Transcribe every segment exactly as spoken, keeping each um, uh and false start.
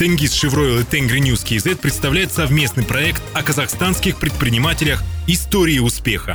Тенгиз Шевройл и Tengri News кей зет представляют совместный проект о казахстанских предпринимателях «Истории успеха».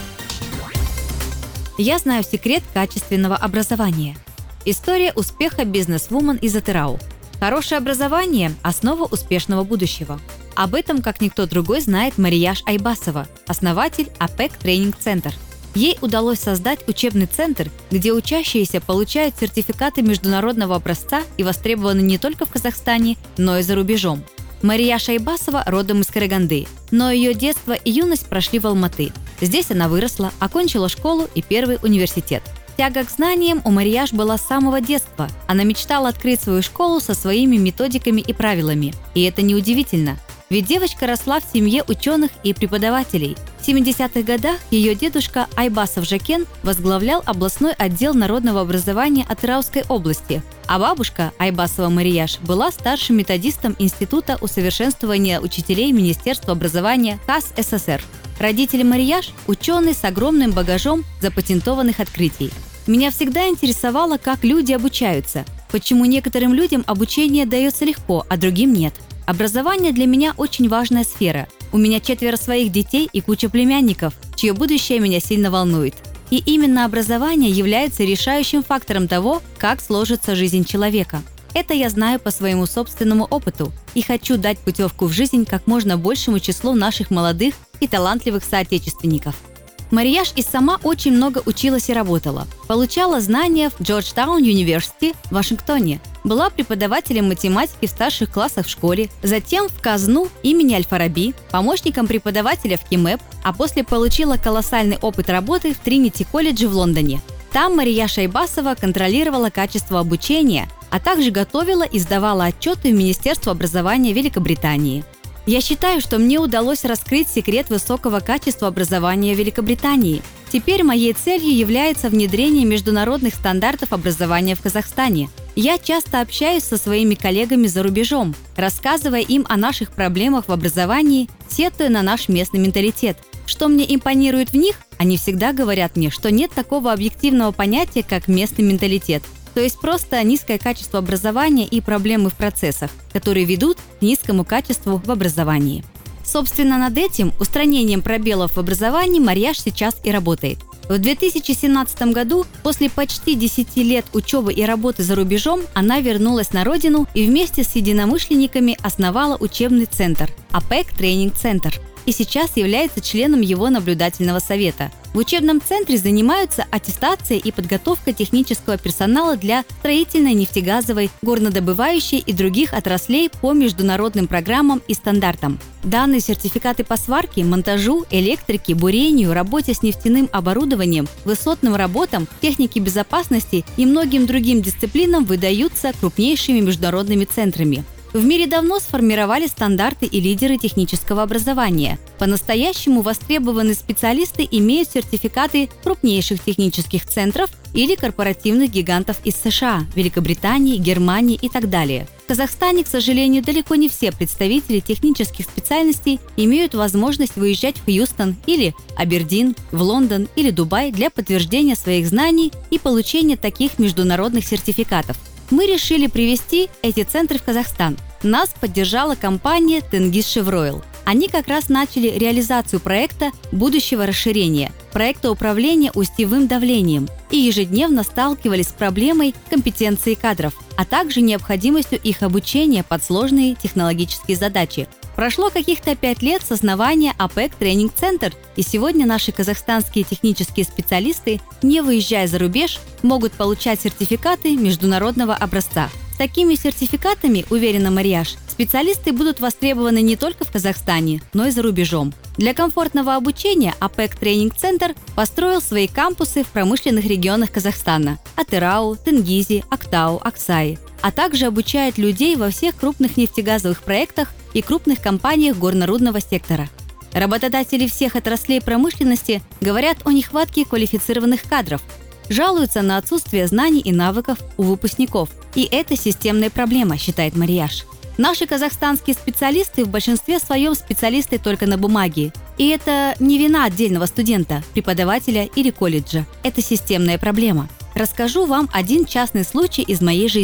Я знаю секрет качественного образования. История успеха бизнес-вумен из Атырау. Хорошее образование – основа успешного будущего. Об этом, как никто другой, знает Марияш Айбасова, основатель АПЭК Тренинг-центр. Ей удалось создать учебный центр, где учащиеся получают сертификаты международного образца и востребованы не только в Казахстане, но и за рубежом. Марияш Айбасова родом из Караганды, но ее детство и юность прошли в Алматы. Здесь она выросла, окончила школу и первый университет. Тяга к знаниям у Марияш была с самого детства. Она мечтала открыть свою школу со своими методиками и правилами. И это неудивительно. Ведь девочка росла в семье ученых и преподавателей. В семидесятых годах ее дедушка Айбасов Жакен возглавлял областной отдел народного образования Атырауской области, а бабушка Айбасова Марияш была старшим методистом Института усовершенствования учителей Министерства образования КАС СССР. Родители Марияш – ученые с огромным багажом запатентованных открытий. Меня всегда интересовало, как люди обучаются, почему некоторым людям обучение дается легко, а другим нет. Образование для меня очень важная сфера. У меня четверо своих детей и куча племянников, чье будущее меня сильно волнует. И именно образование является решающим фактором того, как сложится жизнь человека. Это я знаю по своему собственному опыту и хочу дать путевку в жизнь как можно большему числу наших молодых и талантливых соотечественников. Марияш и сама очень много училась и работала. Получала знания в Джорджтаун University в Вашингтоне. Была преподавателем математики в старших классах в школе, затем в КАЗНУ имени Аль-Фараби, помощником преподавателя в КИМЭП, а после получила колоссальный опыт работы в Тринити-колледже в Лондоне. Там Марияш Айбасова контролировала качество обучения, а также готовила и сдавала отчеты в Министерство образования Великобритании. Я считаю, что мне удалось раскрыть секрет высокого качества образования в Великобритании. Теперь моей целью является внедрение международных стандартов образования в Казахстане. Я часто общаюсь со своими коллегами за рубежом, рассказывая им о наших проблемах в образовании, сетуя на наш местный менталитет. Что мне импонирует в них? Они всегда говорят мне, что нет такого объективного понятия, как местный менталитет. То есть просто низкое качество образования и проблемы в процессах, которые ведут к низкому качеству в образовании. Собственно, над этим, устранением пробелов в образовании, Марияш сейчас и работает. В две тысячи семнадцатом году, после почти десяти лет учебы и работы за рубежом, она вернулась на родину и вместе с единомышленниками основала учебный центр АПЭК Тренинг-центр и сейчас является членом его наблюдательного совета. В учебном центре занимаются аттестацией и подготовкой технического персонала для строительной, нефтегазовой, горнодобывающей и других отраслей по международным программам и стандартам. Данные сертификаты по сварке, монтажу, электрике, бурению, работе с нефтяным оборудованием, высотным работам, технике безопасности и многим другим дисциплинам выдаются крупнейшими международными центрами. В мире давно сформировали стандарты и лидеры технического образования. По-настоящему востребованные специалисты имеют сертификаты крупнейших технических центров или корпоративных гигантов из США, Великобритании, Германии и так далее. В Казахстане, к сожалению, далеко не все представители технических специальностей имеют возможность выезжать в Хьюстон или Абердин, в Лондон или Дубай для подтверждения своих знаний и получения таких международных сертификатов. Мы решили привести эти центры в Казахстан. Нас поддержала компания Тенгиз Шевройл. Они как раз начали реализацию проекта будущего расширения, проекта управления устьевым давлением и ежедневно сталкивались с проблемой компетенции кадров, а также необходимостью их обучения под сложные технологические задачи. Прошло каких-то пять лет с основания АПЭК Тренинг-центр, и сегодня наши казахстанские технические специалисты, не выезжая за рубеж, могут получать сертификаты международного образца. С такими сертификатами, уверена Марияш, специалисты будут востребованы не только в Казахстане, но и за рубежом. Для комфортного обучения АПЭК Тренинг-центр построил свои кампусы в промышленных регионах Казахстана – Атырау, Тенгизе, Актау, Аксае, а также обучает людей во всех крупных нефтегазовых проектах и крупных компаниях горнорудного сектора. Работодатели всех отраслей промышленности говорят о нехватке квалифицированных кадров, жалуются на отсутствие знаний и навыков у выпускников. И это системная проблема, считает Марияш. Наши казахстанские специалисты в большинстве своем специалисты только на бумаге. И это не вина отдельного студента, преподавателя или колледжа. Это системная проблема. Расскажу вам один частный случай из моей жизни.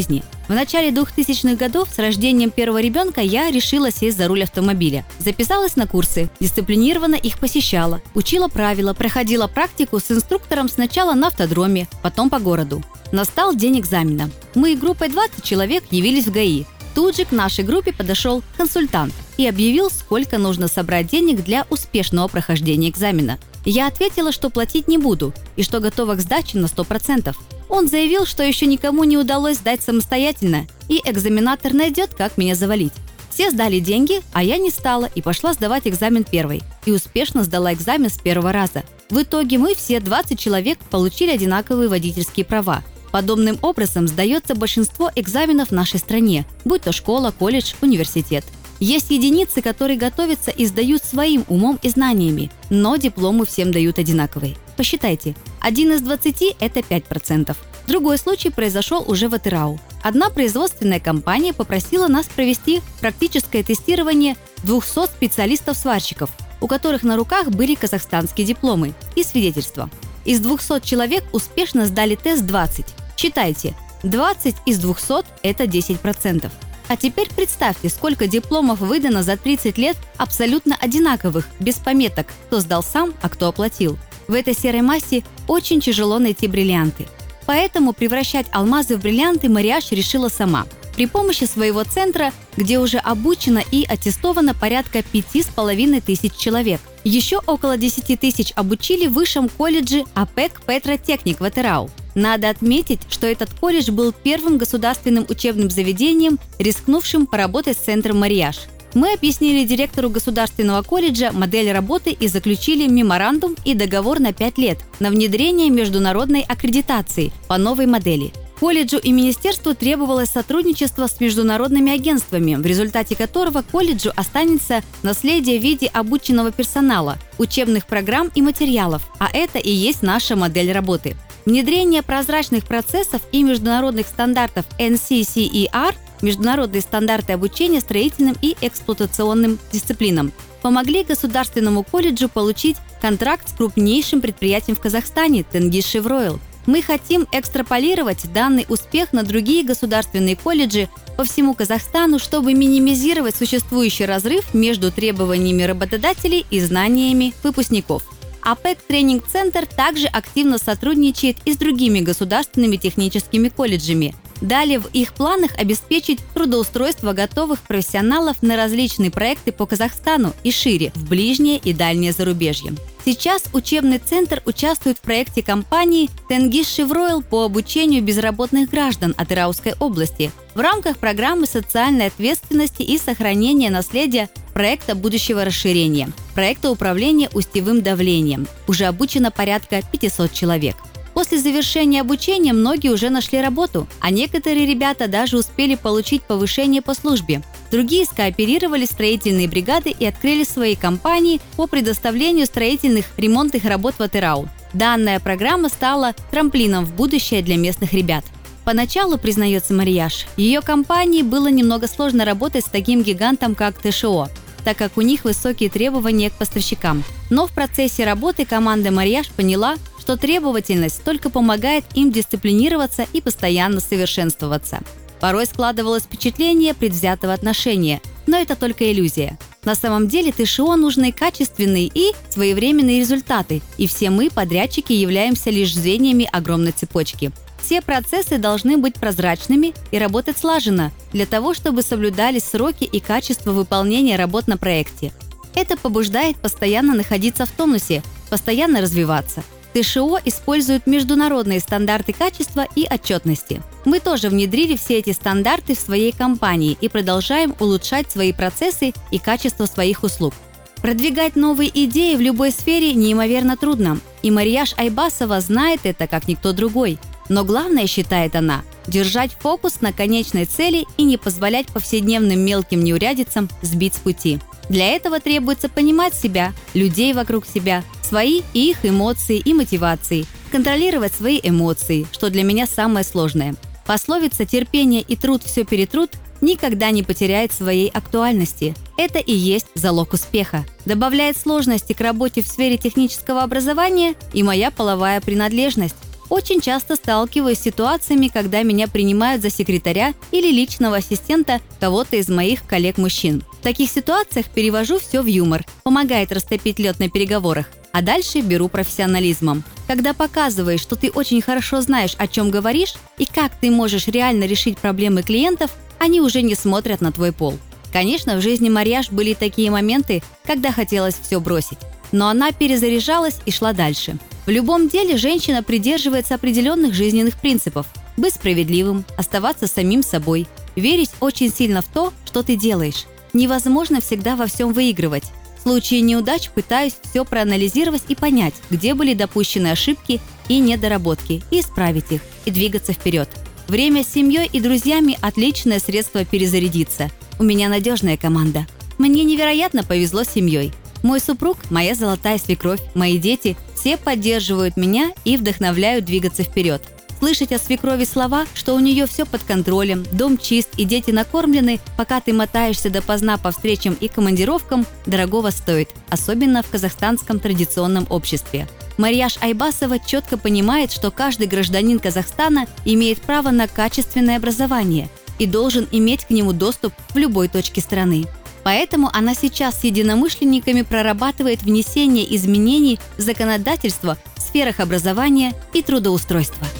В начале двухтысячных годов с рождением первого ребенка я решила сесть за руль автомобиля. Записалась на курсы, дисциплинированно их посещала, учила правила, проходила практику с инструктором сначала на автодроме, потом по городу. Настал день экзамена. Мы группой двадцать человек явились в ГАИ. Тут же к нашей группе подошел консультант и объявил, сколько нужно собрать денег для успешного прохождения экзамена. Я ответила, что платить не буду и что готова к сдаче на сто процентов. Он заявил, что еще никому не удалось сдать самостоятельно, и экзаменатор найдет, как меня завалить. Все сдали деньги, а я не стала и пошла сдавать экзамен первой. И успешно сдала экзамен с первого раза. В итоге мы все двадцать человек получили одинаковые водительские права. Подобным образом сдается большинство экзаменов в нашей стране, будь то школа, колледж, университет. Есть единицы, которые готовятся и сдают своим умом и знаниями, но дипломы всем дают одинаковые. Посчитайте, один из двадцати – это пять процентов. Другой случай произошел уже в Атырау. Одна производственная компания попросила нас провести практическое тестирование двухсот специалистов-сварщиков, у которых на руках были казахстанские дипломы и свидетельства. Из двухсот человек успешно сдали тест двадцать. Считайте, двадцать из двухсот – это десять процентов. А теперь представьте, сколько дипломов выдано за тридцать лет абсолютно одинаковых, без пометок, кто сдал сам, а кто оплатил. В этой серой массе очень тяжело найти бриллианты. Поэтому превращать алмазы в бриллианты Мариаш решила сама. При помощи своего центра, где уже обучено и аттестовано порядка пяти с половиной тысяч человек. Еще около десяти тысяч обучили в высшем колледже АПЭК Петротехник в Атырау. Надо отметить, что этот колледж был первым государственным учебным заведением, рискнувшим поработать с центром Мариаш. Мы объяснили директору государственного колледжа модель работы и заключили меморандум и договор на пять лет на внедрение международной аккредитации по новой модели. Колледжу и министерству требовалось сотрудничество с международными агентствами, в результате которого колледжу останется наследие в виде обученного персонала, учебных программ и материалов, а это и есть наша модель работы. Внедрение прозрачных процессов и международных стандартов эн си си и ар, международные стандарты обучения строительным и эксплуатационным дисциплинам, помогли государственному колледжу получить контракт с крупнейшим предприятием в Казахстане – Тенгиз-Шевройл. Мы хотим экстраполировать данный успех на другие государственные колледжи по всему Казахстану, чтобы минимизировать существующий разрыв между требованиями работодателей и знаниями выпускников. АПЭК Тренинг-центр также активно сотрудничает и с другими государственными техническими колледжами. Далее в их планах обеспечить трудоустройство готовых профессионалов на различные проекты по Казахстану и шире, в ближнее и дальнее зарубежье. Сейчас учебный центр участвует в проекте компании «Тенгиз-Шевройл» по обучению безработных граждан Атырауской области в рамках программы социальной ответственности и сохранения наследия проекта будущего расширения, проекта управления устьевым давлением. Уже обучено порядка пятисот человек. После завершения обучения многие уже нашли работу, а некоторые ребята даже успели получить повышение по службе. Другие скооперировали строительные бригады и открыли свои компании по предоставлению строительных ремонтных работ в Атырау. Данная программа стала трамплином в будущее для местных ребят. Поначалу, признается Мариаш, ее компании было немного сложно работать с таким гигантом, как тэ шэ о, так как у них высокие требования к поставщикам. Но в процессе работы команда Мариаш поняла, что требовательность только помогает им дисциплинироваться и постоянно совершенствоваться. Порой складывалось впечатление предвзятого отношения, но это только иллюзия. На самом деле тэ шэ о нужны качественные и своевременные результаты, и все мы, подрядчики, являемся лишь звеньями огромной цепочки. Все процессы должны быть прозрачными и работать слаженно, для того, чтобы соблюдались сроки и качество выполнения работ на проекте. Это побуждает постоянно находиться в тонусе, постоянно развиваться. тэ шэ о использует международные стандарты качества и отчетности. Мы тоже внедрили все эти стандарты в своей компании и продолжаем улучшать свои процессы и качество своих услуг. Продвигать новые идеи в любой сфере неимоверно трудно, и Мариаш Айбасова знает это как никто другой. Но главное, считает она, держать фокус на конечной цели и не позволять повседневным мелким неурядицам сбить с пути. Для этого требуется понимать себя, людей вокруг себя, свои и их эмоции и мотивации, контролировать свои эмоции, что для меня самое сложное. Пословица «терпение и труд все перетрут» никогда не потеряет своей актуальности. Это и есть залог успеха. Добавляет сложности к работе в сфере технического образования и моя половая принадлежность. Очень часто сталкиваюсь с ситуациями, когда меня принимают за секретаря или личного ассистента кого-то из моих коллег-мужчин. В таких ситуациях перевожу все в юмор, помогает растопить лед на переговорах, а дальше беру профессионализмом. Когда показываешь, что ты очень хорошо знаешь, о чем говоришь и как ты можешь реально решить проблемы клиентов, они уже не смотрят на твой пол. Конечно, в жизни Марьяш были такие моменты, когда хотелось все бросить. Но она перезаряжалась и шла дальше. В любом деле женщина придерживается определенных жизненных принципов. Быть справедливым, оставаться самим собой, верить очень сильно в то, что ты делаешь. Невозможно всегда во всем выигрывать. В случае неудач пытаюсь все проанализировать и понять, где были допущены ошибки и недоработки, и исправить их, и двигаться вперед. Время с семьей и друзьями – отличное средство перезарядиться. У меня надежная команда. Мне невероятно повезло с семьей. Мой супруг, моя золотая свекровь, мои дети – все поддерживают меня и вдохновляют двигаться вперед. Слышать от свекрови слова, что у нее все под контролем, дом чист и дети накормлены, пока ты мотаешься допоздна по встречам и командировкам, дорогого стоит, особенно в казахстанском традиционном обществе. Марьяш Айбасова четко понимает, что каждый гражданин Казахстана имеет право на качественное образование и должен иметь к нему доступ в любой точке страны. Поэтому она сейчас с единомышленниками прорабатывает внесение изменений в законодательство в сферах образования и трудоустройства.